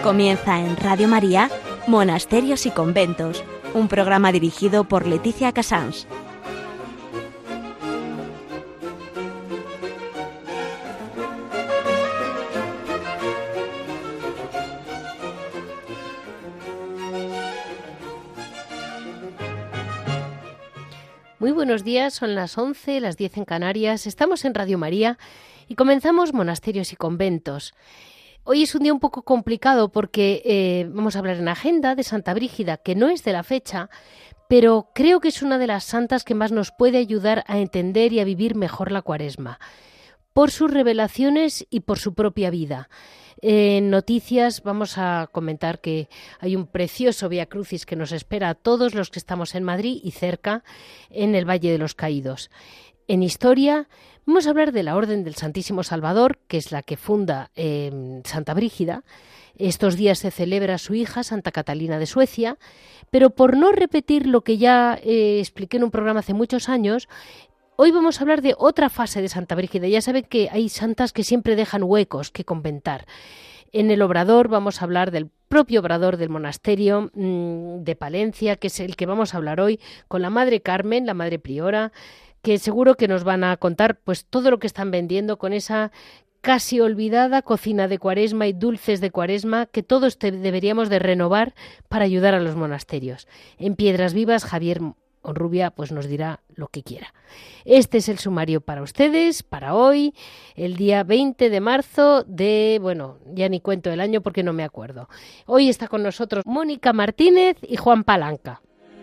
Comienza en Radio María, Monasterios y Conventos, un programa dirigido por Leticia Casans. Muy buenos días, son las 11, las 10 en Canarias, estamos en Radio María y comenzamos Monasterios y Conventos. Hoy es un día un poco complicado porque vamos a hablar en agenda de Santa Brígida, que no es de la fecha, pero creo que es una de las santas que más nos puede ayudar a entender y a vivir mejor la Cuaresma, por sus revelaciones y por su propia vida. En noticias vamos a comentar que hay un precioso Vía Crucis que nos espera a todos los que estamos en Madrid y cerca, en el Valle de los Caídos. En historia vamos a hablar de la Orden del Santísimo Salvador, que es la que funda Santa Brígida. Estos días se celebra su hija, Santa Catalina de Suecia, pero por no repetir lo que ya expliqué en un programa hace muchos años, hoy vamos a hablar de otra fase de Santa Brígida. Ya saben que hay santas que siempre dejan huecos que conventar. En el obrador vamos a hablar del propio obrador del monasterio de Palencia, que es el que vamos a hablar hoy, con la Madre Carmen, la Madre Priora, que seguro que nos van a contar pues todo lo que están vendiendo con esa casi olvidada cocina de Cuaresma y dulces de Cuaresma que todos deberíamos de renovar para ayudar a los monasterios. En Piedras Vivas, Javier Onrubia pues nos dirá lo que quiera. Este es el sumario para ustedes, para hoy, el día 20 de marzo de, ya ni cuento el año porque no me acuerdo. Hoy está con nosotros Mónica Martínez y Juan Palanca.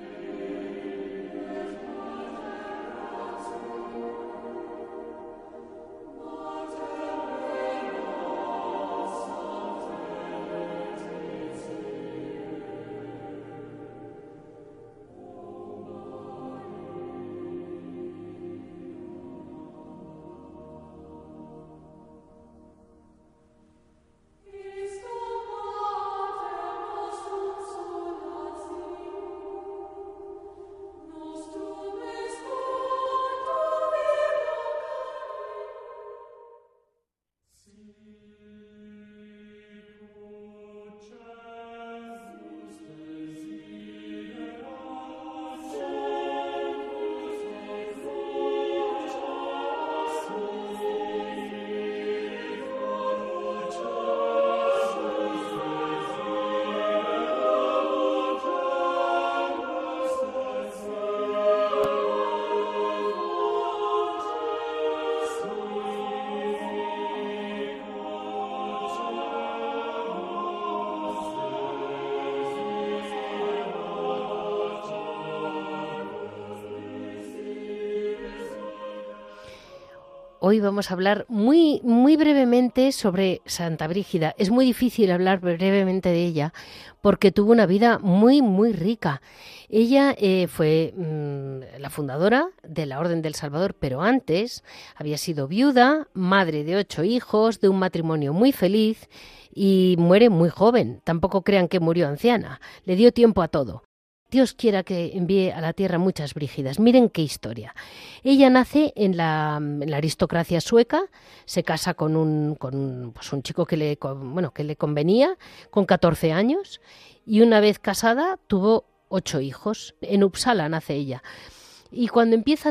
Hoy vamos a hablar muy brevemente sobre Santa Brígida. Es muy difícil hablar brevemente de ella porque tuvo una vida muy rica. Ella fue la fundadora de la Orden del Salvador, pero antes había sido viuda, madre de 8 hijos, de un matrimonio muy feliz y muere muy joven. Tampoco crean que murió anciana. Le dio tiempo a todo. Dios quiera que envíe a la tierra muchas Brígidas. Miren qué historia. Ella nace en la aristocracia sueca, se casa con un chico que le convenía, con 14 años, y una vez casada tuvo 8 hijos. En Uppsala nace ella. Y cuando empieza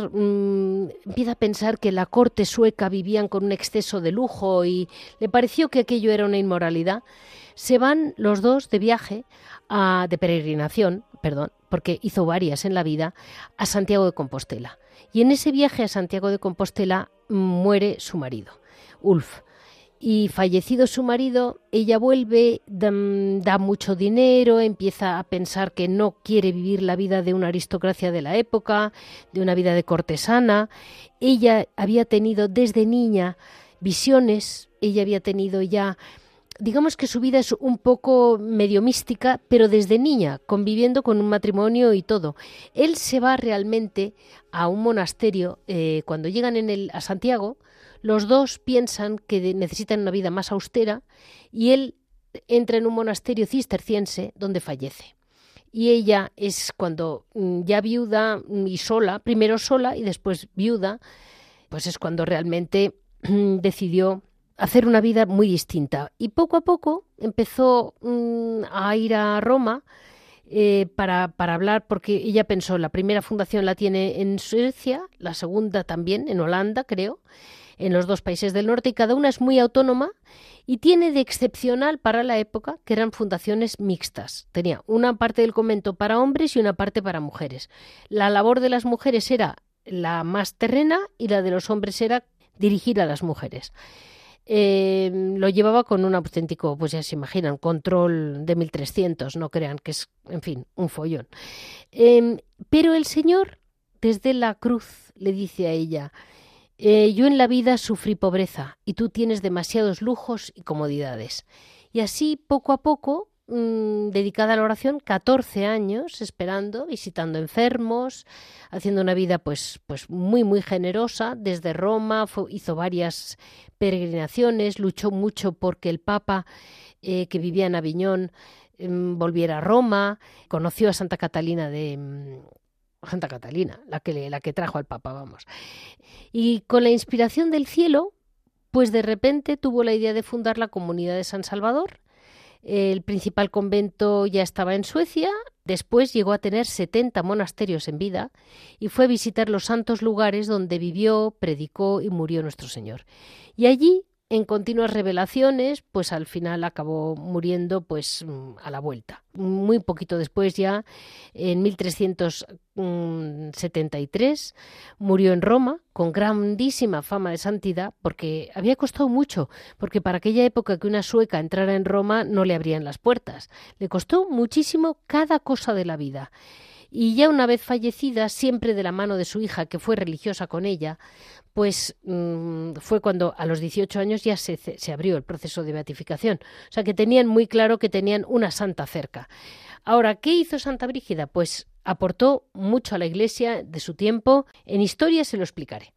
a pensar que la corte sueca vivían con un exceso de lujo y le pareció que aquello era una inmoralidad, se van los dos de viaje, de peregrinación, porque hizo varias en la vida, a Santiago de Compostela. Y en ese viaje a Santiago de Compostela muere su marido, Ulf. Y fallecido su marido, ella vuelve, da mucho dinero, empieza a pensar que no quiere vivir la vida de una aristocracia de la época, de una vida de cortesana. Ella había tenido desde niña visiones, ella había tenido ya, digamos que su vida es un poco medio mística, pero desde niña, conviviendo con un matrimonio y todo. Él se va realmente a un monasterio, cuando llegan a Santiago. Los dos piensan que necesitan una vida más austera y él entra en un monasterio cisterciense donde fallece. Y ella es cuando ya viuda y sola, primero sola y después viuda, pues es cuando realmente decidió hacer una vida muy distinta. Y poco a poco empezó a ir a Roma para hablar, porque ella pensó, la primera fundación la tiene en Suecia, la segunda también en Holanda, creo, en los dos países del norte, y cada una es muy autónoma y tiene de excepcional para la época que eran fundaciones mixtas. Tenía una parte del convento para hombres y una parte para mujeres. La labor de las mujeres era la más terrena y la de los hombres era dirigir a las mujeres. Lo llevaba con un auténtico, pues ya se imaginan, control de 1300, no crean que es, en fin, un follón. Pero el Señor, desde la cruz, le dice a ella: yo en la vida sufrí pobreza y tú tienes demasiados lujos y comodidades. Y así, poco a poco, dedicada a la oración, 14 años esperando, visitando enfermos, haciendo una vida pues muy, muy generosa. Desde Roma hizo varias peregrinaciones, luchó mucho porque el Papa, que vivía en Aviñón, volviera a Roma, conoció a Santa Catalina, la que trajo al Papa, vamos. Y con la inspiración del cielo, pues de repente tuvo la idea de fundar la Comunidad de San Salvador. El principal convento ya estaba en Suecia, después llegó a tener 70 monasterios en vida y fue a visitar los santos lugares donde vivió, predicó y murió nuestro Señor. Y allí, en continuas revelaciones, pues al final acabó muriendo pues a la vuelta. Muy poquito después, ya en 1373, murió en Roma con grandísima fama de santidad, porque había costado mucho, porque para aquella época que una sueca entrara en Roma no le abrían las puertas. Le costó muchísimo cada cosa de la vida. Y ya una vez fallecida, siempre de la mano de su hija, que fue religiosa con ella, pues fue cuando a los 18 años ya se abrió el proceso de beatificación. O sea que tenían muy claro que tenían una santa cerca. Ahora, ¿qué hizo Santa Brígida? Pues aportó mucho a la Iglesia de su tiempo. En historia se lo explicaré.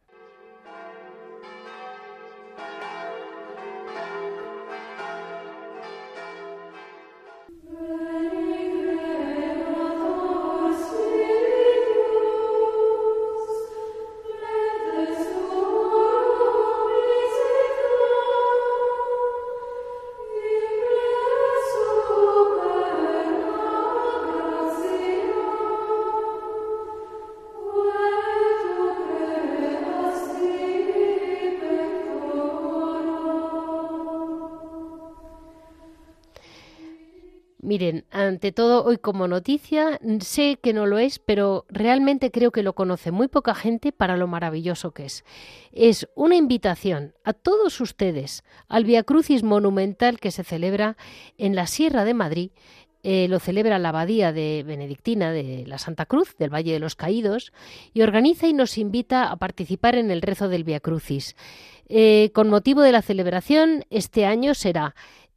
Miren, ante todo, hoy como noticia, sé que no lo es, pero realmente creo que lo conoce muy poca gente para lo maravilloso que es. Es una invitación a todos ustedes al Vía Crucis monumental que se celebra en la Sierra de Madrid. Lo celebra la Abadía de Benedictina de la Santa Cruz, del Valle de los Caídos, y organiza y nos invita a participar en el rezo del Vía Crucis. Con motivo de la celebración, este año será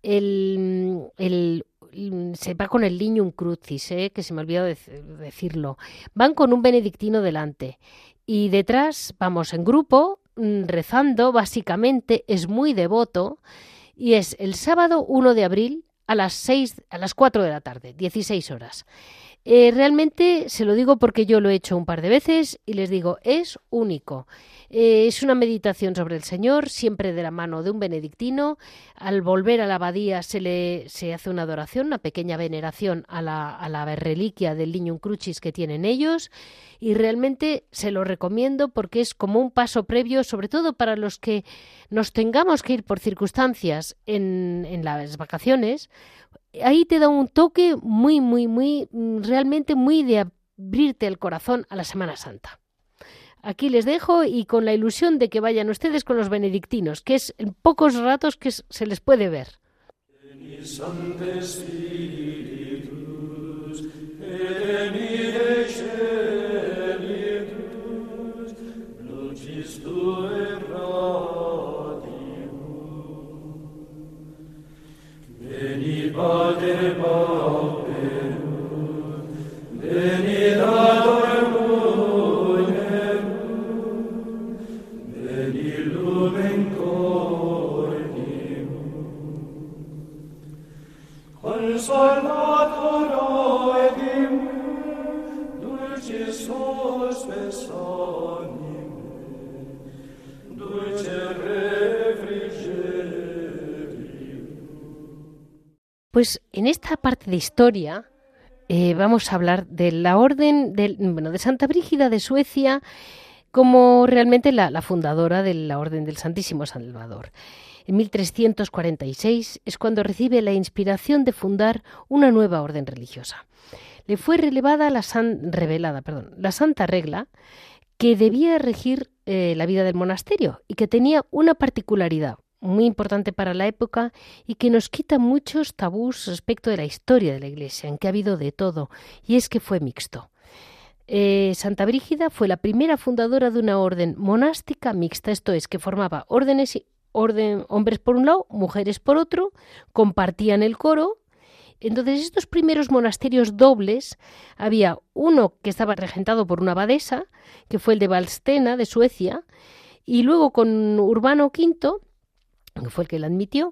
se va con el Lignum Crucis, que se me olvidó decirlo. Van con un benedictino delante y detrás vamos en grupo rezando. Básicamente es muy devoto y es el sábado 1 de abril a las 4 de la tarde, 16 horas. Realmente se lo digo porque yo lo he hecho un par de veces y les digo, es único. Es una meditación sobre el Señor, siempre de la mano de un benedictino. Al volver a la abadía se hace una adoración, una pequeña veneración a la reliquia del Lignum Crucis que tienen ellos, y realmente se lo recomiendo porque es como un paso previo, sobre todo para los que nos tengamos que ir por circunstancias en las vacaciones. Ahí te da un toque muy, muy, muy, realmente muy de abrirte el corazón a la Semana Santa. Aquí les dejo y con la ilusión de que vayan ustedes con los benedictinos, que es en pocos ratos que se les puede ver. Dulce refrigerio Pues en esta parte de historia vamos a hablar de la orden de Santa Brígida de Suecia, como realmente la fundadora de la Orden del Santísimo Salvador. En 1346 es cuando recibe la inspiración de fundar una nueva orden religiosa. Le fue revelada la Santa Regla, que debía regir la vida del monasterio y que tenía una particularidad muy importante para la época y que nos quita muchos tabús respecto de la historia de la Iglesia, en que ha habido de todo, y es que fue mixto. Santa Brígida fue la primera fundadora de una orden monástica mixta, esto es, que formaba hombres por un lado, mujeres por otro, compartían el coro. Entonces, estos primeros monasterios dobles, había uno que estaba regentado por una abadesa, que fue el de Vadstena, de Suecia, y luego con Urbano V, que fue el que la admitió,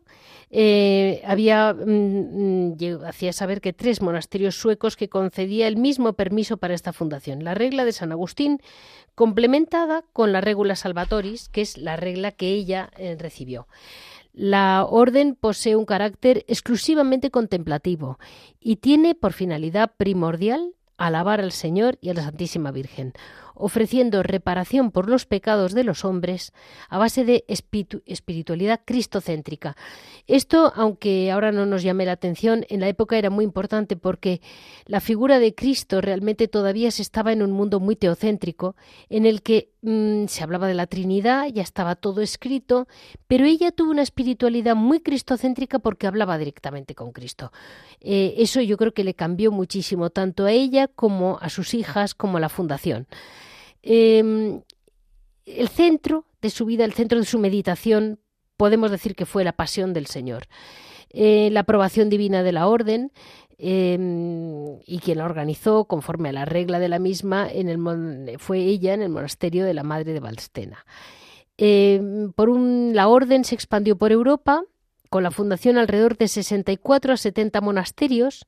hacía saber que 3 monasterios suecos que concedía el mismo permiso para esta fundación. La regla de San Agustín, complementada con la Regula Salvatoris, que es la regla que ella recibió. La orden posee un carácter exclusivamente contemplativo y tiene por finalidad primordial alabar al Señor y a la Santísima Virgen, ofreciendo reparación por los pecados de los hombres a base de espiritualidad cristocéntrica. Esto, aunque ahora no nos llame la atención, en la época era muy importante porque la figura de Cristo realmente todavía se estaba en un mundo muy teocéntrico, en el que se hablaba de la Trinidad, ya estaba todo escrito, pero ella tuvo una espiritualidad muy cristocéntrica porque hablaba directamente con Cristo. Eso yo creo que le cambió muchísimo, tanto a ella como a sus hijas, como a la fundación. El centro de su vida, el centro de su meditación, podemos decir que fue la pasión del Señor. La aprobación divina de la orden, y quien la organizó conforme a la regla de la misma fue ella en el monasterio de la Madre de Vadstena. La orden se expandió por Europa, con la fundación alrededor de 64 a 70 monasterios.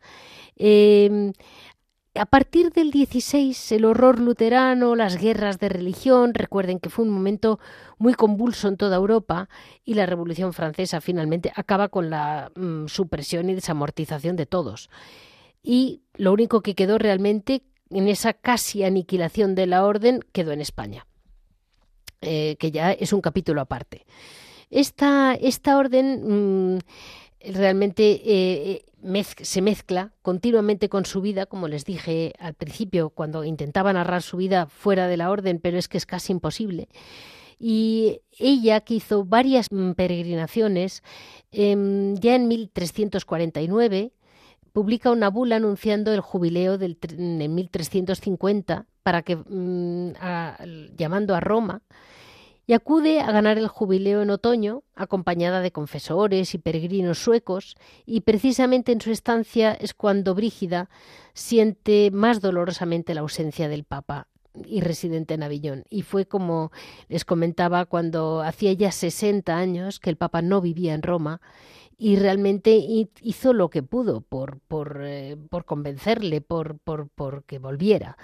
A partir del 16, el horror luterano, las guerras de religión, recuerden que fue un momento muy convulso en toda Europa, y la Revolución Francesa finalmente acaba con la supresión y desamortización de todos. Y lo único que quedó realmente en esa casi aniquilación de la orden quedó en España, que ya es un capítulo aparte. Esta orden realmente se mezcla continuamente con su vida, como les dije al principio, cuando intentaba narrar su vida fuera de la orden, pero es que es casi imposible. Y ella, que hizo varias peregrinaciones, ya en 1349 publica una bula anunciando el jubileo en 1350 llamando a Roma, y acude a ganar el jubileo en otoño, acompañada de confesores y peregrinos suecos, y precisamente en su estancia es cuando Brígida siente más dolorosamente la ausencia del Papa y residente en Avillón. Y fue, como les comentaba, cuando hacía ya 60 años que el Papa no vivía en Roma, y realmente hizo lo que pudo por convencerle, por que volviera.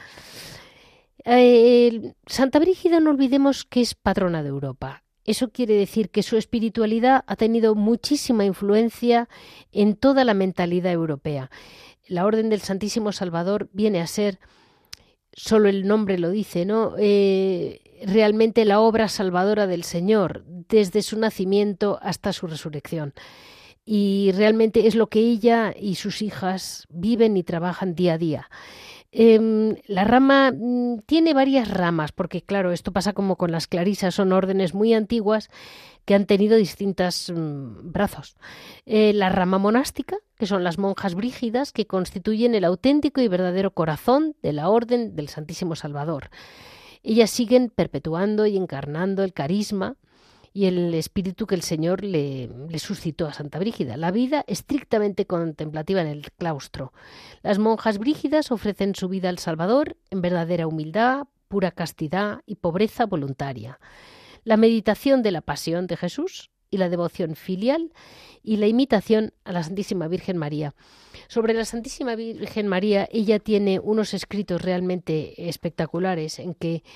Santa Brígida, no olvidemos que es patrona de Europa. Eso quiere decir que su espiritualidad ha tenido muchísima influencia en toda la mentalidad europea. La Orden del Santísimo Salvador viene a ser, solo el nombre lo dice, ¿no? Realmente la obra salvadora del Señor, desde su nacimiento hasta su resurrección. Y realmente es lo que ella y sus hijas viven y trabajan día a día. La rama tiene varias ramas, porque claro, esto pasa como con las clarisas, son órdenes muy antiguas que han tenido distintos brazos. La rama monástica, que son las monjas brígidas, que constituyen el auténtico y verdadero corazón de la Orden del Santísimo Salvador. Ellas siguen perpetuando y encarnando el carisma y el espíritu que el Señor le suscitó a Santa Brígida, la vida estrictamente contemplativa en el claustro. Las monjas brígidas ofrecen su vida al Salvador en verdadera humildad, pura castidad y pobreza voluntaria. La meditación de la pasión de Jesús y la devoción filial y la imitación a la Santísima Virgen María. Sobre la Santísima Virgen María, ella tiene unos escritos realmente espectaculares en que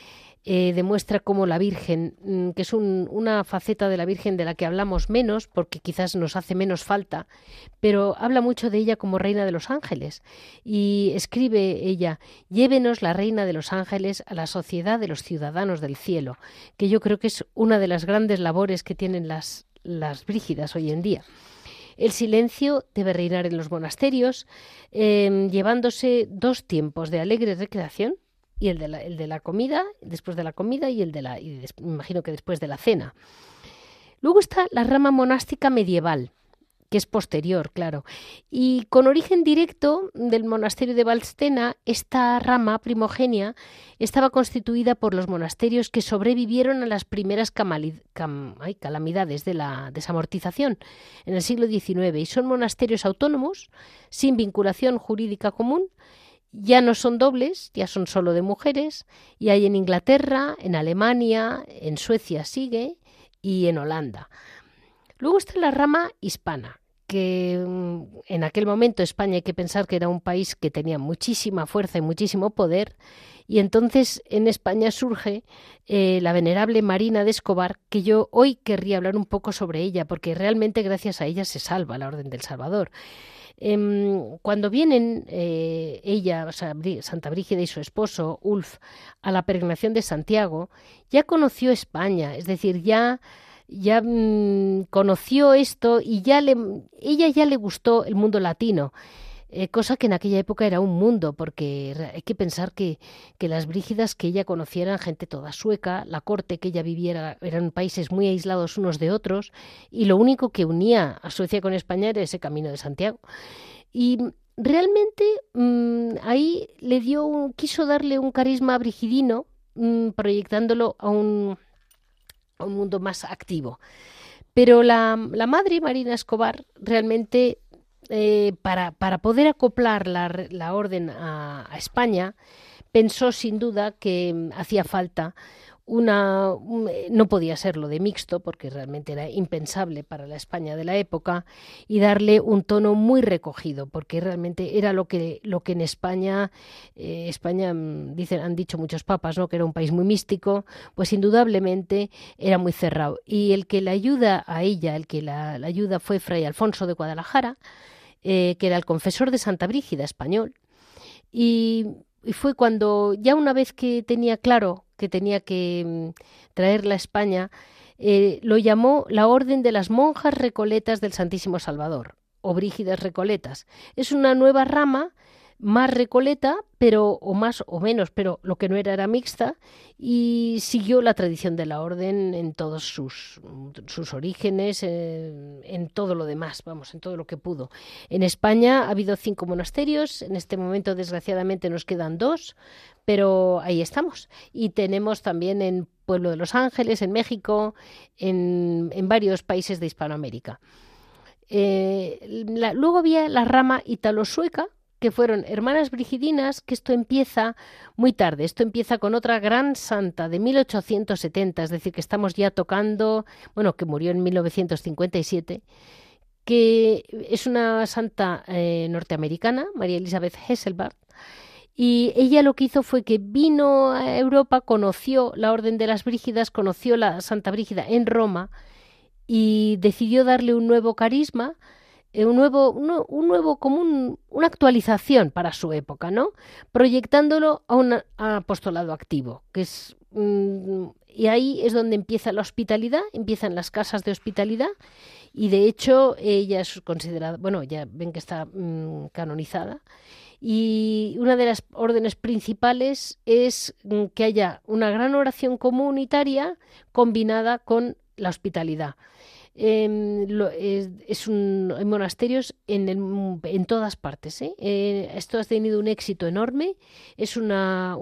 demuestra cómo la Virgen, que es una faceta de la Virgen de la que hablamos menos, porque quizás nos hace menos falta, pero habla mucho de ella como reina de los ángeles. Y escribe ella: llévenos la reina de los ángeles a la sociedad de los ciudadanos del cielo, que yo creo que es una de las grandes labores que tienen las brígidas hoy en día. El silencio debe reinar en los monasterios, llevándose 2 tiempos de alegre recreación, y el de la comida, después de la comida, y me imagino que después de la cena. Luego está la rama monástica medieval, que es posterior, claro, y con origen directo del monasterio de Valstena. Esta rama primogenia estaba constituida por los monasterios que sobrevivieron a las primeras calamidades de la desamortización en el siglo XIX, y son monasterios autónomos, sin vinculación jurídica común. Ya no son dobles, ya son solo de mujeres, y hay en Inglaterra, en Alemania, en Suecia sigue, y en Holanda. Luego está la rama hispana, que en aquel momento España, hay que pensar que era un país que tenía muchísima fuerza y muchísimo poder, y entonces en España surge la venerable Marina de Escobar, que yo hoy querría hablar un poco sobre ella, porque realmente gracias a ella se salva la Orden del Salvador. Cuando vienen ella, o sea, Santa Brígida y su esposo Ulf, a la peregrinación de Santiago, ya conoció España, es decir, ya conoció esto, y ella ya le gustó el mundo latino, cosa que en aquella época era un mundo, porque hay que pensar que las brígidas que ella conociera eran gente toda sueca, la corte que ella viviera eran países muy aislados unos de otros, y lo único que unía a Suecia con España era ese camino de Santiago. Y realmente ahí quiso darle un carisma brigidino, proyectándolo a un mundo más activo. Pero la madre Marina Escobar realmente, para poder acoplar la orden a España, pensó sin duda que hacía falta no podía ser lo de mixto, porque realmente era impensable para la España de la época, y darle un tono muy recogido, porque realmente era lo que en España, han dicho muchos papas, ¿no?, que era un país muy místico. Pues indudablemente era muy cerrado. Y el que la ayuda a ella, el que la ayuda, fue Fray Alfonso de Guadalajara, que era el confesor de Santa Brígida español, y fue cuando, ya una vez que tenía claro que tenía que traerla a España, lo llamó la Orden de las Monjas Recoletas del Santísimo Salvador, o Brígidas Recoletas. Es una nueva rama, más recoleta, o más o menos, pero lo que no era mixta, y siguió la tradición de la orden en todos sus orígenes, en todo lo demás, en todo lo que pudo. En España ha habido 5 monasterios, en este momento desgraciadamente nos quedan 2, pero ahí estamos. Y tenemos también en Pueblo de los Ángeles, en México, en varios países de Hispanoamérica. Luego había la rama italo-sueca, que fueron hermanas brigidinas, que esto empieza muy tarde. Esto empieza con otra gran santa de 1870, es decir, que estamos ya tocando, que murió en 1957, que es una santa norteamericana, María Elizabeth Hesselbart, y ella lo que hizo fue que vino a Europa, conoció la Orden de las Brígidas, conoció la Santa Brígida en Roma, y decidió darle un nuevo carisma, una actualización para su época, ¿no?, proyectándolo a un apostolado activo, que es y ahí es donde empieza la hospitalidad, empiezan las casas de hospitalidad, y de hecho ella es considerada, ya ven que está canonizada, y una de las órdenes principales es que haya una gran oración comunitaria combinada con la hospitalidad. Hay monasterios en todas partes. Esto ha tenido un éxito enorme. Es una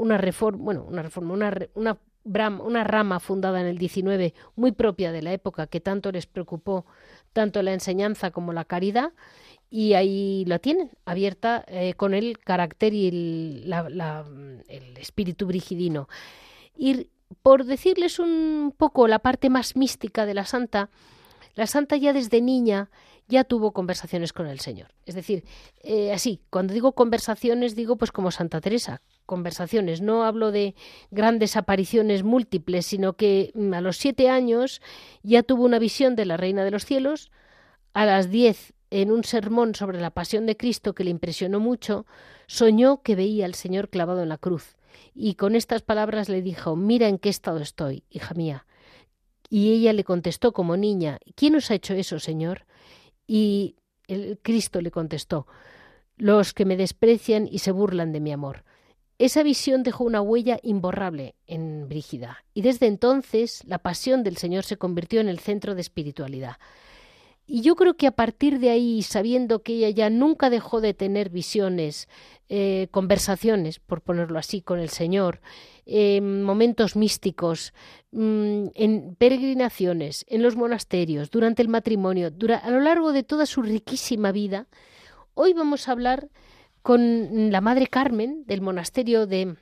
rama fundada en el XIX, muy propia de la época, que tanto les preocupó, tanto la enseñanza como la caridad, y ahí la tienen, abierta, con el carácter y el espíritu brigidino. Y por decirles un poco la parte más mística de la santa, La santa ya desde niña ya tuvo conversaciones con el Señor. Es decir, así, cuando digo conversaciones, digo pues como Santa Teresa, conversaciones. No hablo de grandes apariciones múltiples, sino que a los 7 años ya tuvo una visión de la Reina de los Cielos. A las 10, en un sermón sobre la pasión de Cristo que le impresionó mucho, soñó que veía al Señor clavado en la cruz. Y con estas palabras le dijo: mira en qué estado estoy, hija mía. Y ella le contestó como niña: ¿quién os ha hecho eso, Señor? Y el Cristo le contestó: los que me desprecian y se burlan de mi amor. Esa visión dejó una huella imborrable en Brígida, y desde entonces la pasión del Señor se convirtió en el centro de espiritualidad. Y yo creo que a partir de ahí, sabiendo que ella ya nunca dejó de tener visiones, conversaciones, por ponerlo así, con el Señor, momentos místicos, en peregrinaciones, en los monasterios, durante el matrimonio, a lo largo de toda su riquísima vida, hoy vamos a hablar con la Madre Carmen del monasterio de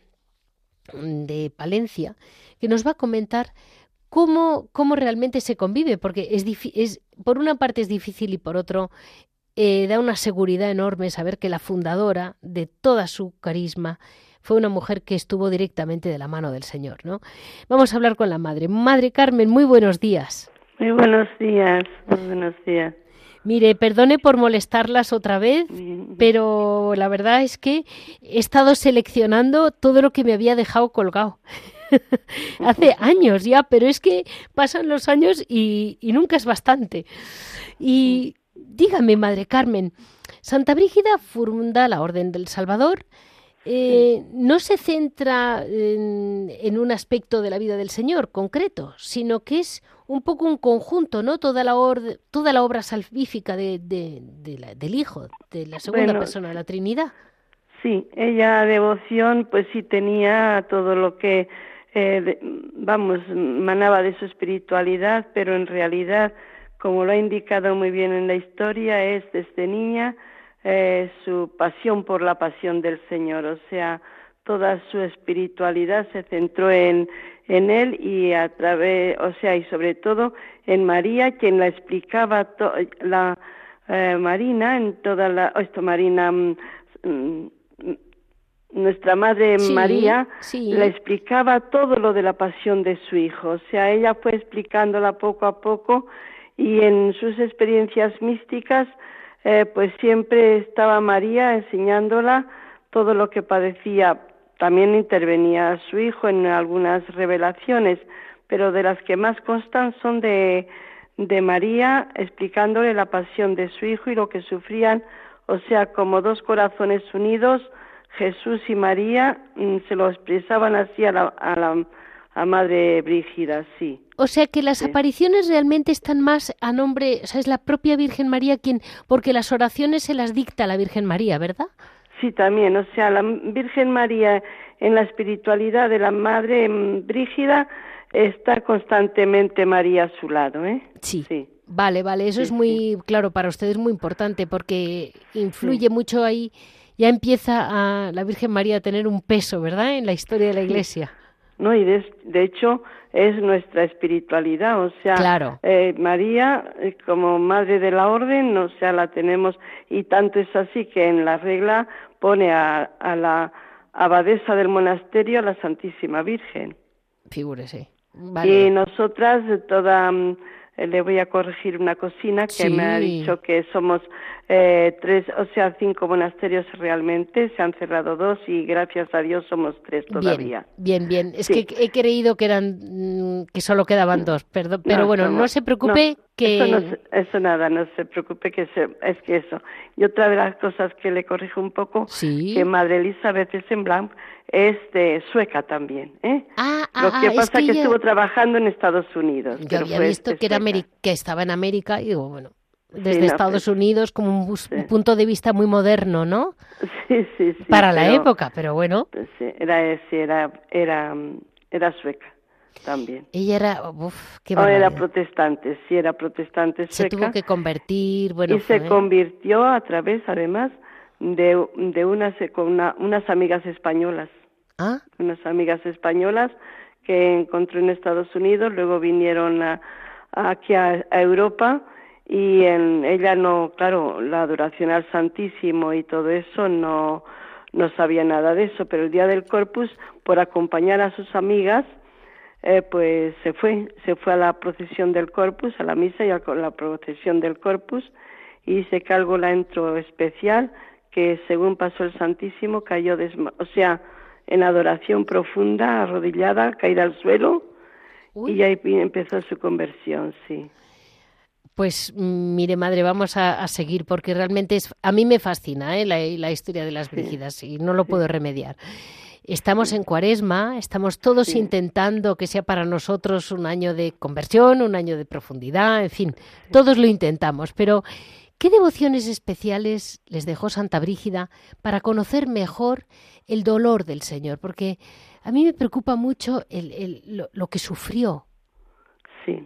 Palencia, que nos va a comentar cómo realmente se convive, porque por una parte es difícil y por otro da una seguridad enorme saber que la fundadora de toda su carisma fue una mujer que estuvo directamente de la mano del Señor, ¿no? Vamos a hablar con la Madre. Madre Carmen, muy buenos días. Muy buenos días, muy buenos días. Mire, perdone por molestarlas otra vez, pero la verdad es que he estado seleccionando todo lo que me había dejado colgado. Hace años ya, pero es que pasan los años y nunca es bastante. Y dígame, Madre Carmen, Santa Brígida funda la Orden del Salvador. No se centra en un aspecto de la vida del Señor concreto, sino que es un poco un conjunto, ¿no? Toda la obra salvífica del Hijo, de la segunda persona de la Trinidad. Sí, ella devoción, pues sí tenía todo lo que, manaba de su espiritualidad, pero en realidad, como lo ha indicado muy bien en la historia, es desde niña su pasión por la pasión del Señor, o sea, toda su espiritualidad se centró en él y a través, o sea, y sobre todo en María, quien la explicaba Marina en toda Marina, nuestra Madre María, le explicaba todo lo de la pasión de su Hijo, o sea, ella fue explicándola poco a poco y en sus experiencias místicas pues siempre estaba María enseñándola todo lo que padecía. También intervenía su hijo en algunas revelaciones, pero de las que más constan son de María explicándole la pasión de su hijo y lo que sufrían, o sea, como dos corazones unidos, Jesús y María, se lo expresaban así a Madre Brígida, sí. O sea que las apariciones realmente están más a nombre, o sea, es la propia Virgen María porque las oraciones se las dicta la Virgen María, ¿verdad? Sí, también, o sea, la Virgen María en la espiritualidad de la Madre Brígida está constantemente María a su lado, ¿eh? Sí. Vale, eso es muy claro, para ustedes muy importante porque influye mucho ahí, ya empieza la Virgen María a tener un peso, ¿verdad?, en la historia de la Iglesia. No, y de hecho es nuestra espiritualidad, o sea, claro. María como Madre de la Orden, o sea, la tenemos, y tanto es así que en la regla pone a la abadesa del monasterio, a la Santísima Virgen. Figúrese. Vale. Y nosotras, le voy a corregir una cosina que me ha dicho que somos 3, o sea, 5 monasterios realmente, se han cerrado 2 y gracias a Dios somos 3 todavía. Bien. Es que he creído que solo quedaban 2, perdón, pero bueno, no se preocupe que... Eso nada, no se preocupe es que eso. Y otra de las cosas que le corrijo un poco, que Madre Elizabeth Semblanc es sueca también, ¿eh? Lo que pasa es que estuvo trabajando en Estados Unidos. Yo había visto que estaba en América y digo, bueno, desde Estados Unidos como un punto de vista muy moderno, ¿no? Sí. Para la época, pero bueno. Sí, era sueca también. Ella era, qué barbaridad. Era protestante sueca. Se tuvo que convertir, y se convirtió a través, además, de unas amigas españolas. Unas amigas españolas que encontró en Estados Unidos, luego vinieron a aquí a Europa, y ella no, claro, la adoración al Santísimo y todo eso no sabía nada de eso, pero el día del Corpus, por acompañar a sus amigas, pues se fue a la procesión del Corpus, a la misa y a la procesión del Corpus, y dice que algo la entró especial, que según pasó el Santísimo cayó en adoración profunda, arrodillada, caída al suelo. Uy. Y ahí empezó su conversión, sí. Pues mire, madre, vamos a seguir, porque realmente a mí me fascina la historia de las Brígidas, y no lo puedo remediar. Estamos en Cuaresma, estamos todos intentando que sea para nosotros un año de conversión, un año de profundidad, en fin, todos lo intentamos, pero ¿qué devociones especiales les dejó Santa Brígida para conocer mejor el dolor del Señor? Porque a mí me preocupa mucho lo que sufrió. Sí.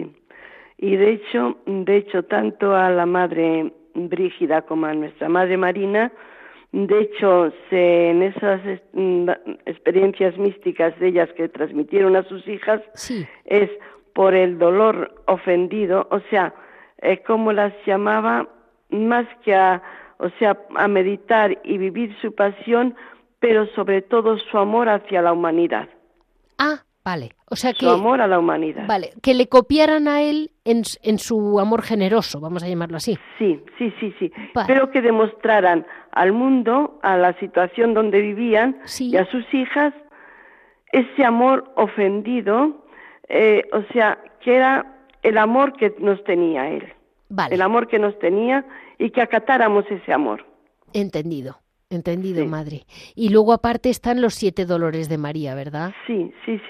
Y de hecho, tanto a la Madre Brígida como a nuestra Madre Marina, de hecho, en esas experiencias místicas de ellas que transmitieron a sus hijas, es por el dolor ofendido, como las llamaba, más que a meditar y vivir su pasión, pero sobre todo su amor hacia la humanidad. Ah, vale. O sea que su amor a la humanidad. Vale, que le copiaran a él en su amor generoso, vamos a llamarlo así. Sí. Vale. Pero que demostraran al mundo, a la situación donde vivían y a sus hijas, ese amor ofendido, que era el amor que nos tenía él. Vale. El amor que nos tenía y que acatáramos ese amor. Entendido, madre. Y luego aparte están los 7 dolores de María, ¿verdad? Sí.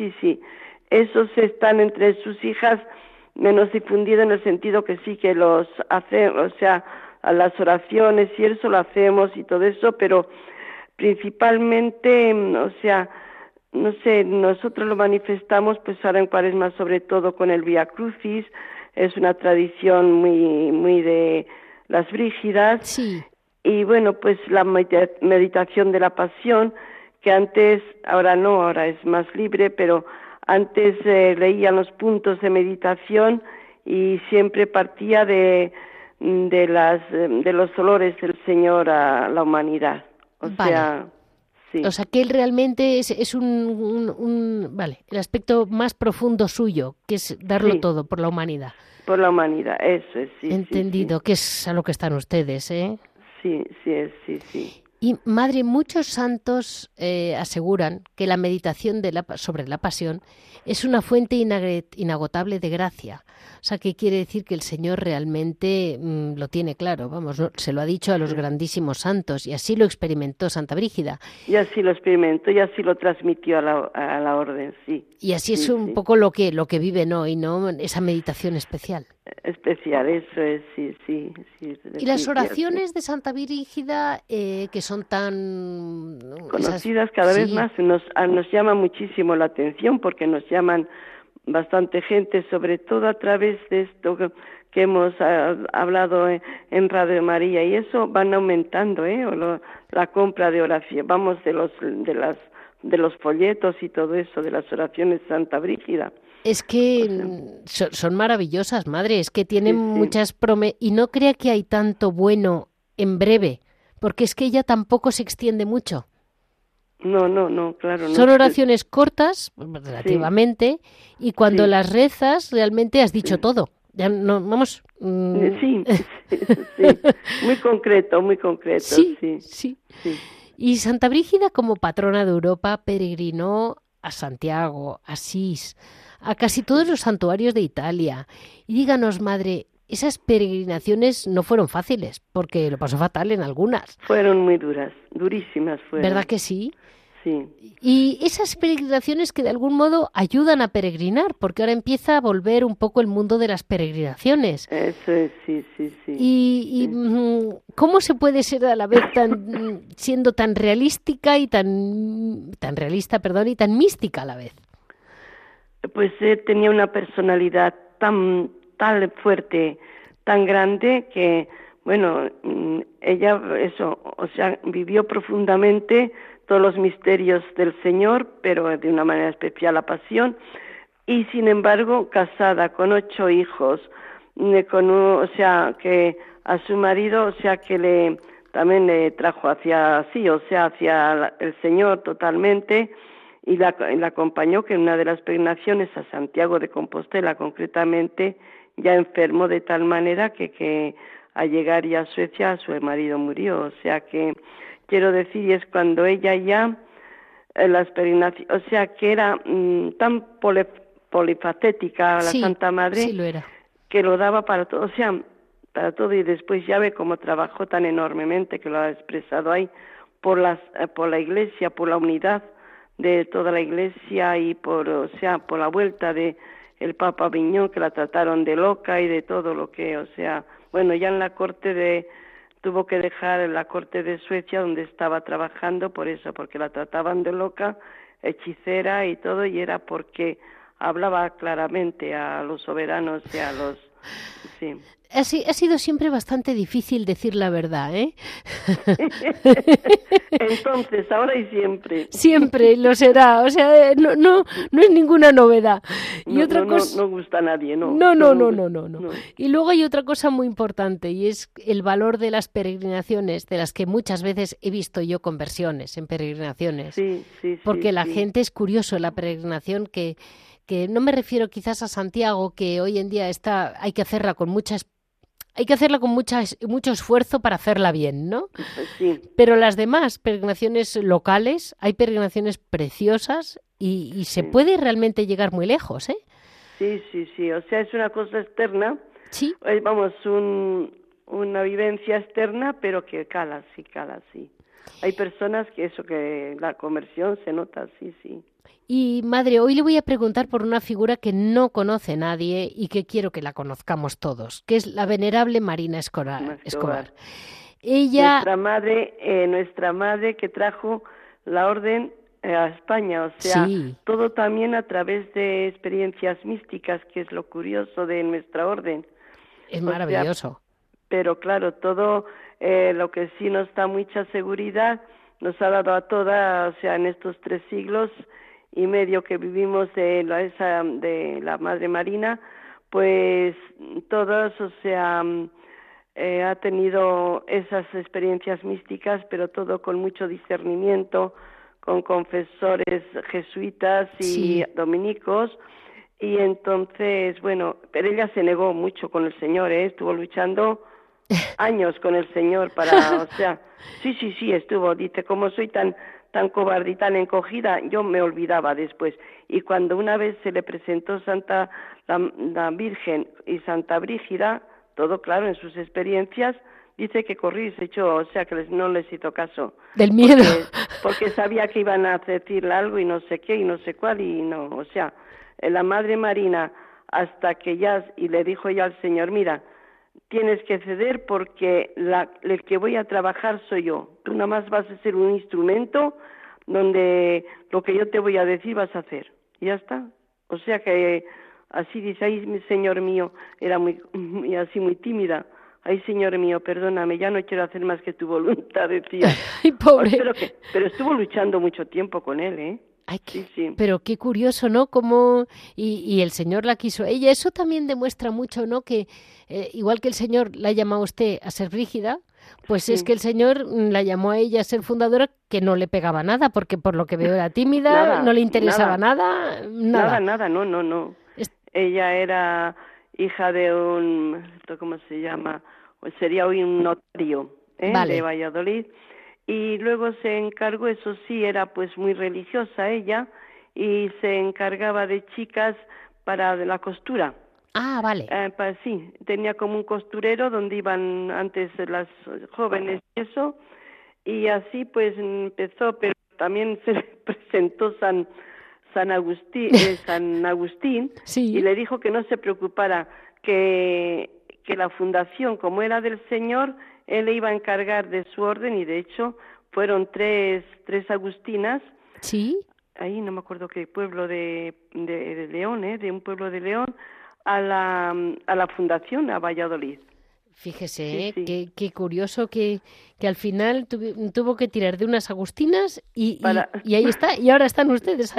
Esos están entre sus hijas menos difundidos en el sentido que sí que los hace, a las oraciones y eso lo hacemos y todo eso, pero principalmente, nosotros lo manifestamos pues ahora en Cuaresma sobre todo con el Vía Crucis, es una tradición muy de las Brígidas. Sí. Y bueno, pues la meditación de la Pasión, que antes, ahora no, ahora es más libre, pero antes leía los puntos de meditación y siempre partía de los dolores del Señor a la humanidad. O sea que él realmente es el aspecto más profundo suyo, que es darlo todo por la humanidad. Por la humanidad, eso es, sí. Entendido, que es a lo que están ustedes, ¿eh? Sí. Y, madre, muchos santos aseguran que la meditación sobre la pasión es una fuente inagotable de gracia. O sea, que quiere decir que el Señor realmente lo tiene claro. Vamos, se lo ha dicho a los grandísimos santos, y así lo experimentó Santa Brígida. Y así lo experimentó, y así lo transmitió a la orden, sí. Y así es un poco lo que viven hoy, ¿no? Esa meditación especial. Especial, eso es, sí. Y las oraciones de Santa Brígida, que son tan conocidas cada vez más, nos llama muchísimo la atención, porque nos llaman bastante gente, sobre todo a través de esto que hemos hablado en Radio María, y eso van aumentando, la compra de oración, vamos, de los folletos y todo eso, de las oraciones de Santa Brígida. Es que son maravillosas, madre, es que tienen muchas promesas, y no crea que hay tanto bueno en breve, porque es que ella tampoco se extiende mucho. No, claro. Son oraciones cortas, relativamente, y cuando las rezas realmente has dicho todo. Ya no, vamos. Sí, muy concreto. Sí. Y Santa Brígida, como patrona de Europa, peregrinó a Santiago, a Asís, a casi todos los santuarios de Italia. Y díganos, madre, esas peregrinaciones no fueron fáciles, porque lo pasó fatal en algunas. Fueron muy durísimas fueron. ¿Verdad que sí? Sí. Y esas peregrinaciones que de algún modo ayudan a peregrinar, porque ahora empieza a volver un poco el mundo de las peregrinaciones. Eso es, sí. Y ¿cómo se puede ser a la vez siendo tan realística y tan realista, y tan mística a la vez? Pues tenía una personalidad tan fuerte, tan grande, que, bueno, ella vivió profundamente todos los misterios del Señor, pero de una manera especial la pasión, y sin embargo casada con 8 hijos, o sea, que a su marido, o sea, que también le trajo hacia el Señor totalmente, y la acompañó, que en una de las peregrinaciones a Santiago de Compostela concretamente, ya enfermó de tal manera que al llegar ya a Suecia su marido murió. O sea que quiero decir, y es cuando ella ya las peregrinaciones, o sea que era tan polifacética la Santa Madre, sí lo era, que lo daba para todo, o sea, para todo. Y después ya ve cómo trabajó tan enormemente, que lo ha expresado ahí, por la Iglesia, por la unidad de toda la Iglesia, y por la vuelta de el Papa Aviñón, que la trataron de loca, y de todo lo que, o sea, bueno, ya en la corte tuvo que dejar la corte de Suecia donde estaba trabajando por eso, porque la trataban de loca, hechicera y todo, y era porque hablaba claramente a los soberanos y a los... Sí. Ha sido siempre bastante difícil decir la verdad, ¿eh? Entonces, ahora y siempre. Siempre lo será, o sea, no es ninguna novedad. Y otra cosa... no gusta a nadie, no. No. Y luego hay otra cosa muy importante, y es el valor de las peregrinaciones, de las que muchas veces he visto yo conversiones en peregrinaciones. Sí. Porque la gente es curioso, la peregrinación que no me refiero quizás a Santiago, que hoy en día hay que hacerla con mucho esfuerzo para hacerla bien, ¿no? Sí. Pero las demás peregrinaciones locales, hay peregrinaciones preciosas y se puede realmente llegar muy lejos, ¿eh? Sí. O sea, es una cosa externa. Sí. Vamos, una vivencia externa, pero que cala, sí. Hay personas que la conversión se nota, sí. Y madre, hoy le voy a preguntar por una figura que no conoce nadie y que quiero que la conozcamos todos, que es la venerable Marina Escobar. Ella... Nuestra madre que trajo la orden a España, o sea, todo también a través de experiencias místicas, que es lo curioso de nuestra orden. Es maravilloso. Pero claro, todo lo que sí nos da mucha seguridad, nos ha dado a todas, o sea, en estos 3 siglos y medio que vivimos de la Madre Marina, pues todos, o sea, ha tenido esas experiencias místicas, pero todo con mucho discernimiento, con confesores jesuitas y dominicos, y entonces, bueno, pero ella se negó mucho con el Señor, estuvo luchando años con el Señor para, o sea, sí, estuvo, dice, como soy tan cobarde y tan encogida, yo me olvidaba después. Y cuando una vez se le presentó la Virgen y Santa Brígida, todo claro, en sus experiencias, dice que corrió y se echó, o sea, que no les hizo caso. Del miedo. Porque sabía que iban a decirle algo y no sé qué y no sé cuál, y no, o sea, la Madre Marina, hasta que y le dijo ya al Señor, mira, tienes que ceder porque el que voy a trabajar soy yo. Tú nada más vas a ser un instrumento donde lo que yo te voy a decir vas a hacer. Y ya está. O sea que así dice, ay, mi Señor mío, era muy tímida. Ay, Señor mío, perdóname, ya no quiero hacer más que tu voluntad, decía. Ay, pobre. Pero estuvo luchando mucho tiempo con él, ¿eh? Ay, sí. Pero qué curioso, ¿no? Como y el Señor la quiso a ella. Eso también demuestra mucho, ¿no? Que igual que el Señor la llama a usted a ser Brígida, pues es que el Señor la llamó a ella a ser fundadora, que no le pegaba nada, porque por lo que veo era tímida, no le interesaba nada. Nada, no. Ella era hija de ¿cómo se llama? Sería hoy un notario, de Valladolid. Y luego se encargó, eso sí, era pues muy religiosa ella, y se encargaba de chicas para la costura. Ah, vale. Sí, tenía como un costurero donde iban antes las jóvenes y eso, y así pues empezó, pero también se le presentó San Agustín sí. Y le dijo que no se preocupara, que la fundación, como era del Señor, él le iba a encargar de su orden, y de hecho fueron tres agustinas. Sí. Ahí no me acuerdo qué pueblo de León, de un pueblo de León, a la fundación, a Valladolid. Fíjese, sí. Qué curioso que al final tuvo que tirar de unas agustinas y ahí está, y ahora están ustedes ahí.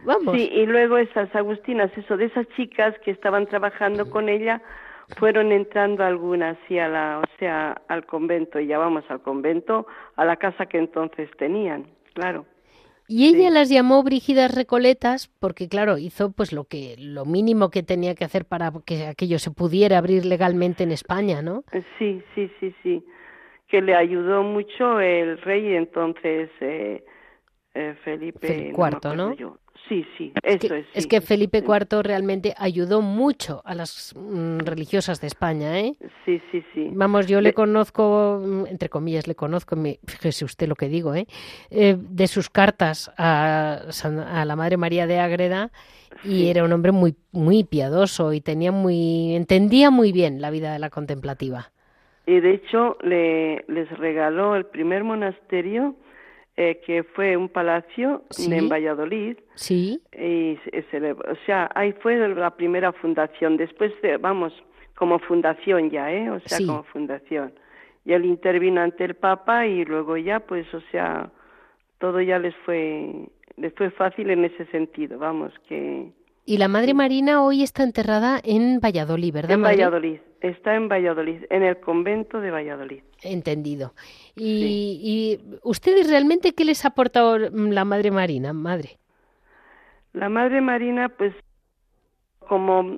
vamos. Sí, y luego esas agustinas, de esas chicas que estaban trabajando con ella, fueron entrando algunas, sí, al convento, y ya vamos al convento, a la casa que entonces tenían, claro. Y ella las llamó Brígidas Recoletas porque, claro, hizo pues lo mínimo que tenía que hacer para que aquello se pudiera abrir legalmente en España, ¿no? Sí, que le ayudó mucho el rey entonces, Felipe IV, ¿no? Yo. Sí, eso es. Es que Felipe IV realmente ayudó mucho a las religiosas de España, ¿eh? Sí. Vamos, yo le conozco, entre comillas, fíjese usted lo que digo, de sus cartas a la Madre María de Ágreda, y era un hombre muy, muy piadoso y entendía muy bien la vida de la contemplativa. Y de hecho les regaló el primer monasterio, que fue un palacio en Valladolid. Sí. Y ahí fue la primera fundación. Después, como fundación ya, como fundación. Y él intervino ante el Papa y luego ya, pues, todo ya les fue fácil en ese sentido, vamos, que... Y la Madre Marina hoy está enterrada en Valladolid, ¿verdad, madre? Valladolid, está en Valladolid, en el convento de Valladolid. Entendido. ¿Y ustedes realmente qué les ha aportado la Madre Marina, madre? La Madre Marina, pues, como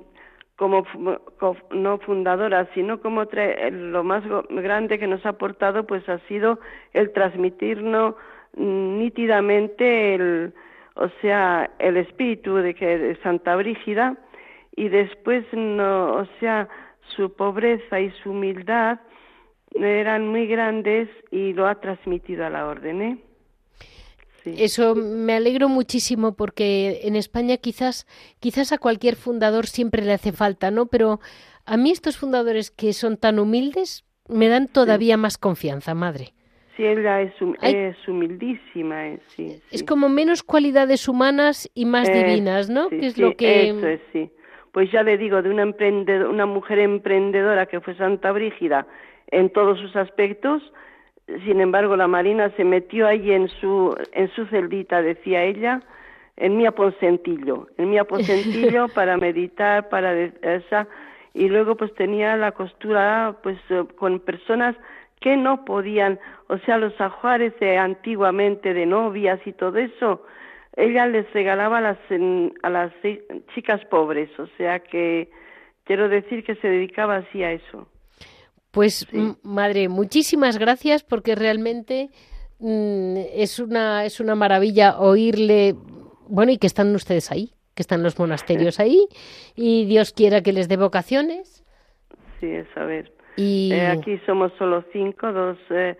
no fundadora, sino como lo más grande que nos ha aportado, pues ha sido el transmitirnos nítidamente el espíritu de Santa Brígida, y después su pobreza y su humildad eran muy grandes y lo ha transmitido a la orden, ¿eh? Sí. Eso me alegro muchísimo, porque en España quizás a cualquier fundador siempre le hace falta, ¿no? Pero a mí estos fundadores que son tan humildes me dan todavía más confianza, madre. Sí, ella es humildísima, sí. Es como menos cualidades humanas y más divinas, ¿no? Sí, que es lo que... Eso es, sí. Pues ya le digo, de una mujer emprendedora que fue Santa Brígida en todos sus aspectos. Sin embargo, la Marina se metió ahí en su celdita, decía ella, en mi aposentillo para meditar, y luego pues tenía la costura pues con personas que no podían, los ajuares antiguamente de novias y todo eso, ella les regalaba a las chicas pobres, que quiero decir que se dedicaba así a eso. Pues, madre, muchísimas gracias, porque realmente es una maravilla oírle, bueno, y que están ustedes ahí, que están los monasterios ahí, y Dios quiera que les dé vocaciones. Sí, es a ver. Aquí somos solo 5, dos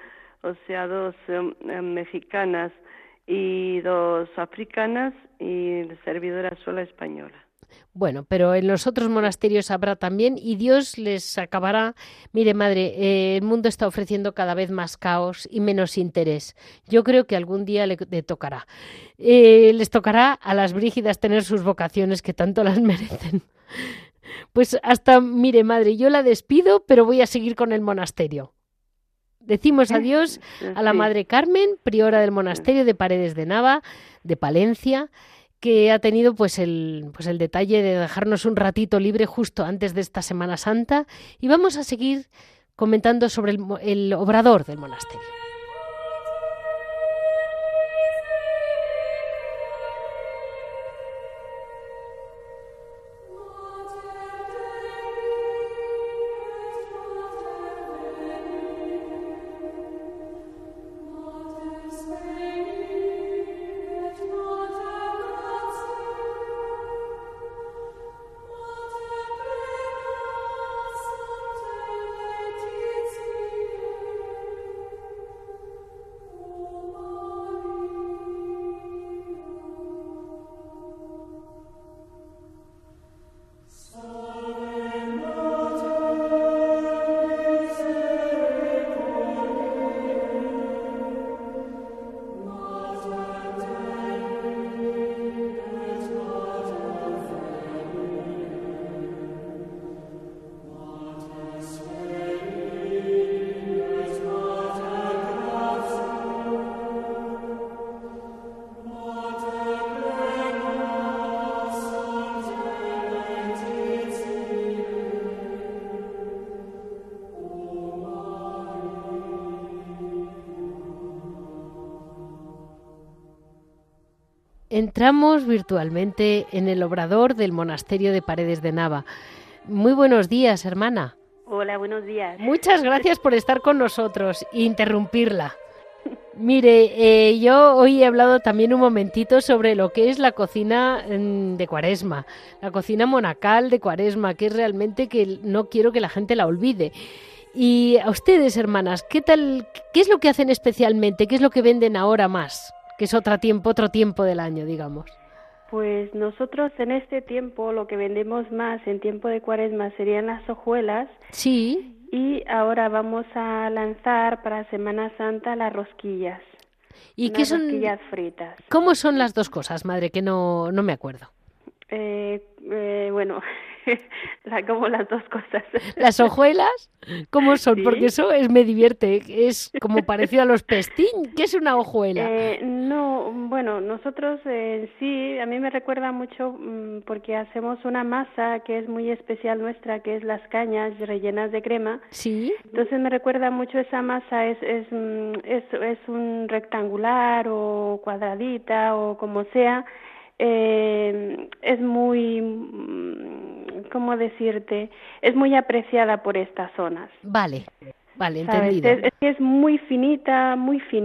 mexicanas y 2 africanas, y servidora sola española. Bueno, pero en los otros monasterios habrá también, y Dios les acabará. Mire, madre, el mundo está ofreciendo cada vez más caos y menos interés. Yo creo que algún día le tocará. Les tocará a las Brígidas tener sus vocaciones, que tanto las merecen. Pues mire, madre, yo la despido, pero voy a seguir con el monasterio. Decimos adiós a la Madre Carmen, priora del monasterio de Paredes de Nava, de Palencia, que ha tenido pues el detalle de dejarnos un ratito libre justo antes de esta Semana Santa, y vamos a seguir comentando sobre el obrador del monasterio. entramos virtualmente en el obrador del monasterio de Paredes de Nava. Muy buenos días, hermana. Hola, buenos días. Muchas gracias por estar con nosotros e interrumpirla. Mire, yo hoy he hablado también un momentito sobre lo que es la cocina de Cuaresma, la cocina monacal de Cuaresma, que es realmente que no quiero que la gente la olvide. Y a ustedes, hermanas, ¿qué tal? ¿Qué es lo que hacen especialmente? ¿Qué es lo que venden ahora más? Que es otro tiempo del año, digamos. Pues nosotros en este tiempo lo que vendemos más en tiempo de Cuaresma serían las hojuelas. Sí. Y ahora vamos a lanzar para Semana Santa las rosquillas. ¿Y qué son? Rosquillas fritas. ¿Cómo son las dos cosas, madre? Que no me acuerdo. Bueno, como las dos cosas. ¿Las hojuelas? ¿Cómo son? ¿Sí? Porque eso me divierte. Es como parecido a los pestín. ¿Qué es una hojuela? No, bueno, nosotros sí, a mí me recuerda mucho porque hacemos una masa que es muy especial nuestra, que es las cañas rellenas de crema. Sí. Entonces me recuerda mucho esa masa, es un rectangular o cuadradita o como sea. Es muy, ¿cómo decirte? Es muy apreciada por estas zonas. Vale, ¿sabes? entendido. Es muy finita,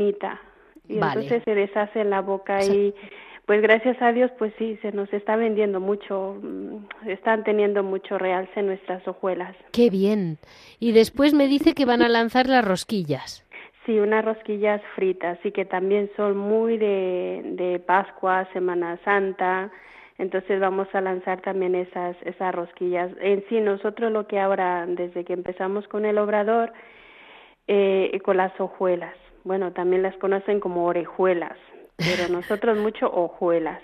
y vale. Entonces se deshace en la boca o sea, y pues gracias a Dios pues sí, se nos está vendiendo mucho, están teniendo mucho realce nuestras hojuelas. ¡Qué bien! Y después me dice que van a lanzar las rosquillas. Sí, unas rosquillas fritas, y que también son muy de Pascua, Semana Santa, entonces vamos a lanzar también esas rosquillas. En sí, nosotros lo que ahora, desde que empezamos con el obrador, con las hojuelas, bueno, también las conocen como orejuelas, pero nosotros mucho hojuelas.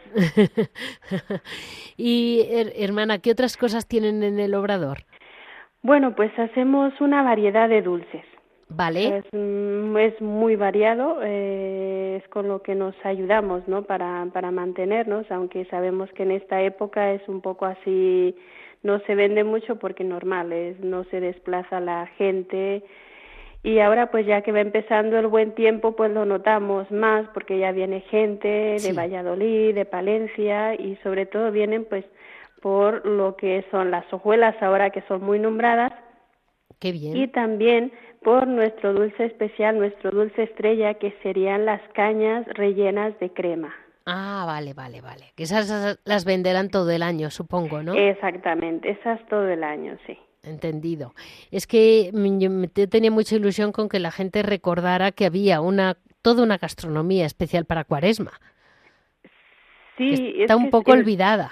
Y, hermana, ¿qué otras cosas tienen en el obrador? Bueno, pues hacemos una variedad de dulces. Vale. Es muy variado, es con lo que nos ayudamos, ¿no? Para mantenernos, aunque sabemos que en esta época es un poco así, no se vende mucho porque normal, no se desplaza la gente, y ahora pues ya que va empezando el buen tiempo, pues lo notamos más porque ya viene gente de Valladolid, de Palencia, y sobre todo vienen pues por lo que son las hojuelas ahora, que son muy nombradas. Qué bien. Y también por nuestro dulce especial, nuestro dulce estrella, que serían las cañas rellenas de crema. Ah, vale. Que esas las venderán todo el año, supongo, ¿no? Exactamente, esas todo el año, sí. Entendido. Es que yo tenía mucha ilusión con que la gente recordara que había toda una gastronomía especial para Cuaresma. Sí, que está un poco olvidada.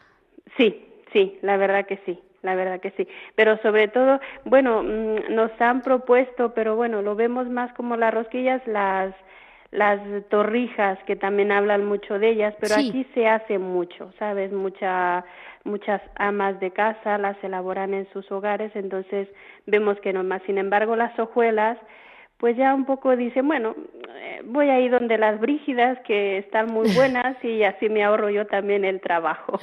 Sí, la verdad que sí. Pero sobre todo, bueno, nos han propuesto, pero bueno, lo vemos más como las rosquillas, las torrijas, que también hablan mucho de ellas, pero aquí se hace mucho, ¿sabes? Muchas amas de casa las elaboran en sus hogares, entonces vemos que no más. Sin embargo, las hojuelas, pues ya un poco dicen, bueno, voy a ir donde las brígidas, que están muy buenas, y así me ahorro yo también el trabajo.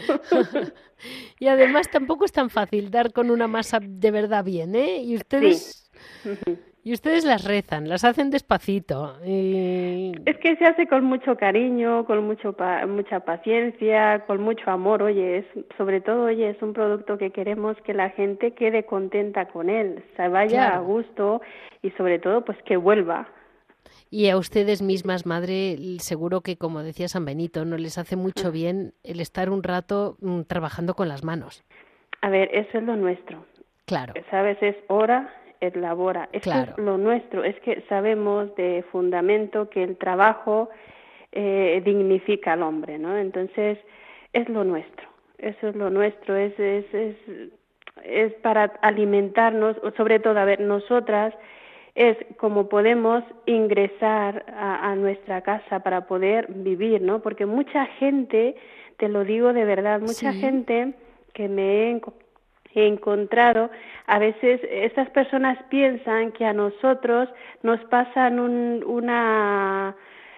Y además tampoco es tan fácil dar con una masa de verdad bien, ¿eh? Y ustedes... Sí. Y ustedes las rezan, las hacen despacito. Es que se hace con mucho cariño, con mucha paciencia, con mucho amor. Sobre todo, es un producto que queremos que la gente quede contenta con él, se vaya a gusto, y sobre todo, pues que vuelva. Y a ustedes mismas, madre, seguro que, como decía San Benito, no les hace mucho bien el estar un rato trabajando con las manos. A ver, eso es lo nuestro. Claro. ¿Sabes? Es hora, es labora. Es lo nuestro. Es que sabemos de fundamento que el trabajo dignifica al hombre, ¿no? Entonces, es lo nuestro. Eso es lo nuestro. Es para alimentarnos, sobre todo, a ver, nosotras, es como podemos ingresar a nuestra casa para poder vivir, ¿no? Porque mucha gente, te lo digo de verdad, mucha gente que me he encontrado, a veces estas personas piensan que a nosotros nos pasan una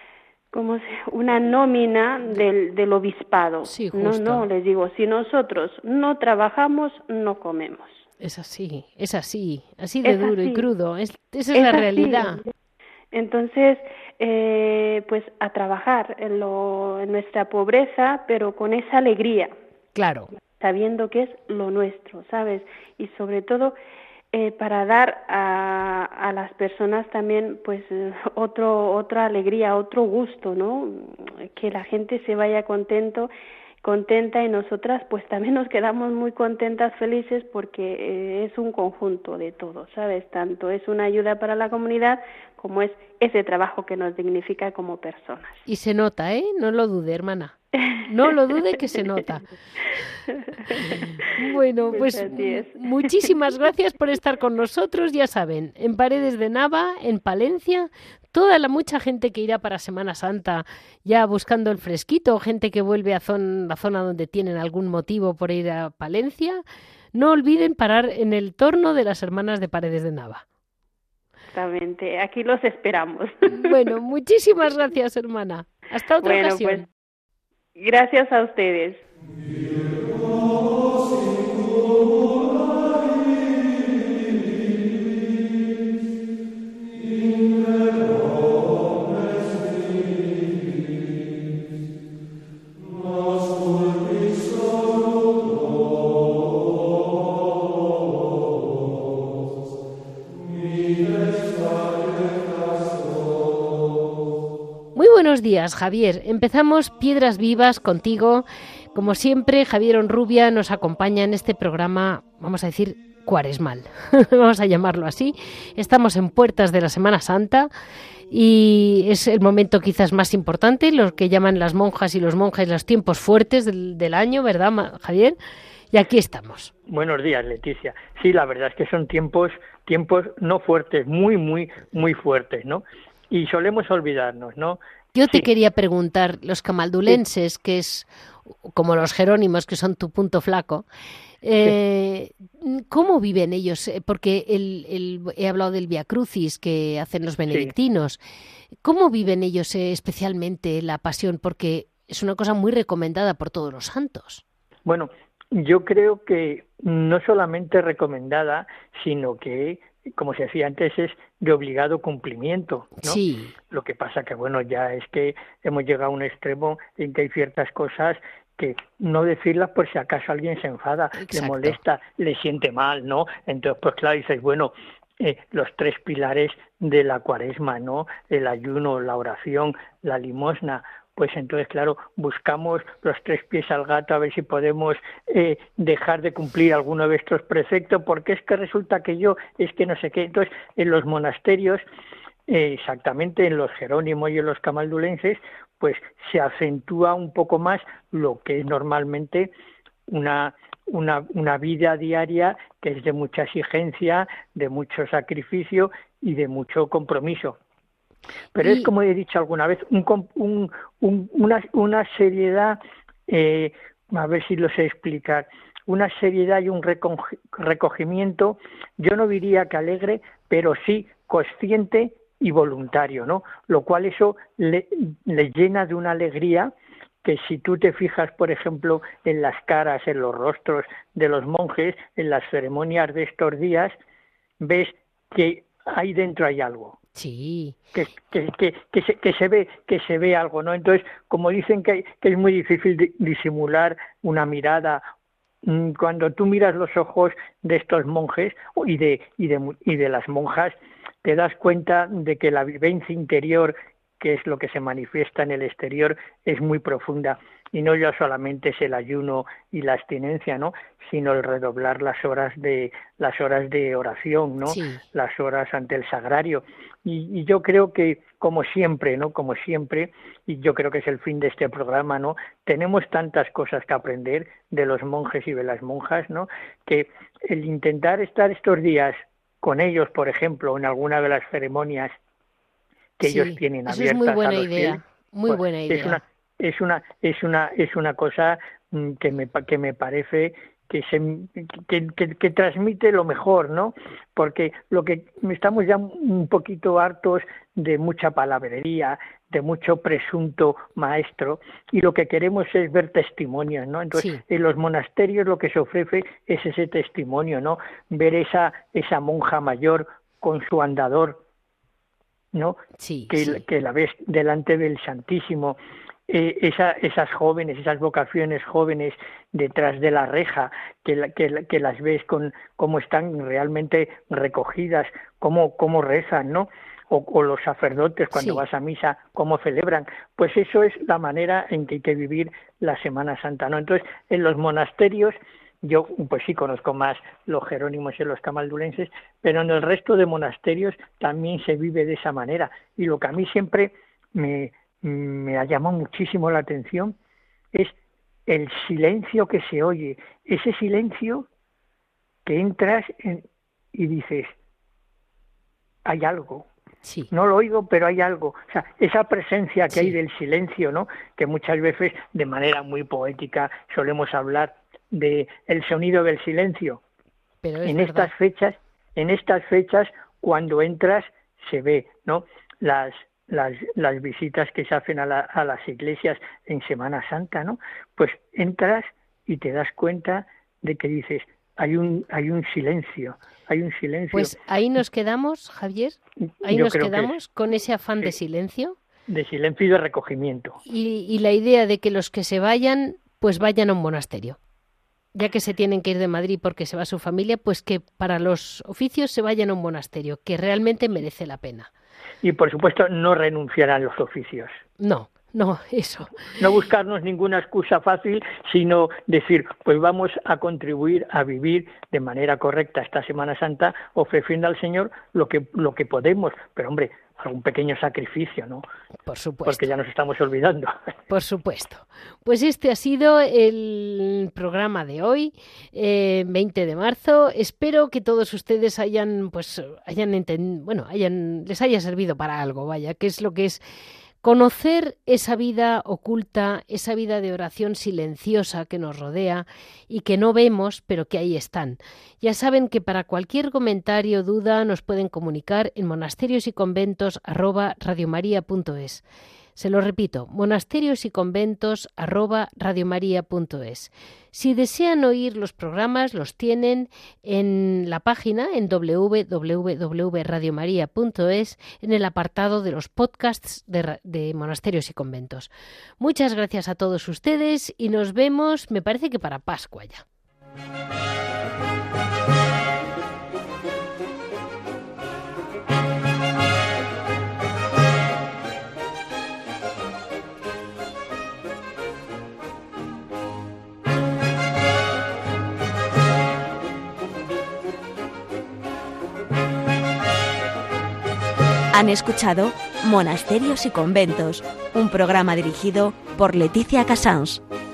nómina del obispado. Sí, justo. No, les digo, si nosotros no trabajamos, no comemos. Es así de duro y crudo. Esa es la realidad. Entonces, pues a trabajar en nuestra pobreza, pero con esa alegría. Claro. Sabiendo que es lo nuestro, ¿sabes? Y sobre todo para dar a las personas también pues otra alegría, otro gusto, ¿no? Que la gente se vaya contenta y nosotras pues también nos quedamos muy contentas, felices porque es un conjunto de todo, ¿sabes? Tanto es una ayuda para la comunidad como es ese trabajo que nos dignifica como personas. Y se nota, ¿eh? No lo dude, hermana. No lo dude que se nota. Bueno, pues muchísimas gracias por estar con nosotros. Ya saben, en Paredes de Nava, en Palencia, mucha gente que irá para Semana Santa ya buscando el fresquito, gente que vuelve a la zona donde tienen algún motivo por ir a Palencia, no olviden parar en el torno de las hermanas de Paredes de Nava. Exactamente, aquí los esperamos. Bueno, muchísimas gracias, hermana. Hasta otra ocasión. Pues, gracias a ustedes. Buenos días, Javier. Empezamos Piedras Vivas contigo. Como siempre, Javier Onrubia nos acompaña en este programa, vamos a decir, cuaresmal. Vamos a llamarlo así. Estamos en puertas de la Semana Santa y es el momento quizás más importante, lo que llaman las monjas y los monjes los tiempos fuertes del año, ¿verdad, Javier? Y aquí estamos. Buenos días, Leticia. Sí, la verdad es que son tiempos no fuertes, muy, muy, muy fuertes, ¿no? Y solemos olvidarnos, ¿no? Yo te quería preguntar, los camaldulenses, que es como los jerónimos, que son tu punto flaco, ¿cómo viven ellos? Porque he hablado del Via Crucis que hacen los benedictinos. Sí. ¿Cómo viven ellos especialmente la pasión? Porque es una cosa muy recomendada por todos los santos. Bueno, yo creo que no solamente recomendada, sino que, como se decía antes, es de obligado cumplimiento, ¿no? Sí. Lo que pasa que, bueno, ya es que hemos llegado a un extremo en que hay ciertas cosas que no decirlas por si acaso alguien se enfada, Exacto. Le molesta, le siente mal, ¿no? Entonces, pues claro, dices, bueno, los 3 pilares de la Cuaresma, ¿no? El ayuno, la oración, la limosna. Pues entonces, claro, buscamos los 3 pies al gato a ver si podemos dejar de cumplir alguno de estos preceptos, porque es que resulta que es que no sé qué. Entonces, en los monasterios, exactamente en los jerónimos y en los camaldulenses, pues se acentúa un poco más lo que es normalmente una vida diaria que es de mucha exigencia, de mucho sacrificio y de mucho compromiso. Pero es, como he dicho alguna vez, una seriedad, a ver si lo sé explicar, una seriedad y un recogimiento, yo no diría que alegre, pero sí consciente y voluntario, ¿no? Lo cual eso le llena de una alegría que si tú te fijas, por ejemplo, en las caras, en los rostros de los monjes, en las ceremonias de estos días, ves que ahí dentro hay algo. Sí. Que se ve algo, ¿no? Entonces, como dicen que es muy difícil disimular una mirada, cuando tú miras los ojos de estos monjes y de las monjas, te das cuenta de que la vivencia interior, que es lo que se manifiesta en el exterior, es muy profunda. Y no ya solamente es el ayuno y la abstinencia, ¿no? Sino el redoblar las horas de oración, ¿no? Sí. Las horas ante el sagrario. Y yo creo que, como siempre, ¿no? Como siempre, y yo creo que es el fin de este programa, ¿no? Tenemos tantas cosas que aprender de los monjes y de las monjas, ¿no? Que el intentar estar estos días con ellos, por ejemplo, en alguna de las ceremonias que ellos tienen abiertas, es muy buena a los idea, fieles, muy pues buena idea. Es una cosa que me parece que transmite lo mejor, ¿no? Porque lo que estamos ya un poquito hartos de mucha palabrería, de mucho presunto maestro, y lo que queremos es ver testimonios, ¿no? Entonces, en los monasterios lo que se ofrece es ese testimonio, ¿no? Ver esa monja mayor con su andador, ¿no? Sí, que la ves delante del Santísimo, esas jóvenes, esas vocaciones jóvenes detrás de la reja, que las ves con cómo están realmente recogidas, cómo rezan, ¿no? O los sacerdotes cuando vas a misa, cómo celebran. Pues eso es la manera en que hay que vivir la Semana Santa, ¿no? Entonces, en los monasterios, yo pues sí conozco más los jerónimos y los camaldulenses, pero en el resto de monasterios también se vive de esa manera. Y lo que a mí siempre me ha llamado muchísimo la atención es el silencio que se oye, ese silencio que entras y dices, hay algo. Sí. No lo oigo, pero hay algo. O sea, esa presencia que hay del silencio, ¿no? Que muchas veces, de manera muy poética, solemos hablar de el sonido del silencio. Pero en estas fechas, cuando entras, se ve, ¿no? Las visitas que se hacen a las iglesias en Semana Santa, ¿no? Pues entras y te das cuenta de que dices, hay un silencio. Pues ahí nos quedamos, Javier, con ese afán de silencio. De silencio y de recogimiento. Y la idea de que los que se vayan, pues vayan a un monasterio. Ya que se tienen que ir de Madrid porque se va su familia, pues que para los oficios se vayan a un monasterio, que realmente merece la pena. Y por supuesto no renunciar a los oficios. No, eso. No buscarnos ninguna excusa fácil, sino decir, pues vamos a contribuir a vivir de manera correcta esta Semana Santa, ofreciendo al Señor lo que podemos. Pero hombre, algún pequeño sacrificio, ¿no? Por supuesto. Porque ya nos estamos olvidando. Por supuesto. Pues este ha sido el programa de hoy, 20 de marzo. Espero que todos ustedes les haya servido para algo, vaya, que es lo que es conocer esa vida oculta, esa vida de oración silenciosa que nos rodea y que no vemos, pero que ahí están. Ya saben que para cualquier comentario o duda nos pueden comunicar en monasteriosyconventos@radiomaria.es. Se lo repito, monasteriosyconventos@radiomaria.es. Si desean oír los programas, los tienen en la página en www.radiomaria.es en el apartado de los podcasts de Monasterios y Conventos. Muchas gracias a todos ustedes y nos vemos, me parece que para Pascua ya. Han escuchado Monasterios y Conventos, un programa dirigido por Leticia Casans.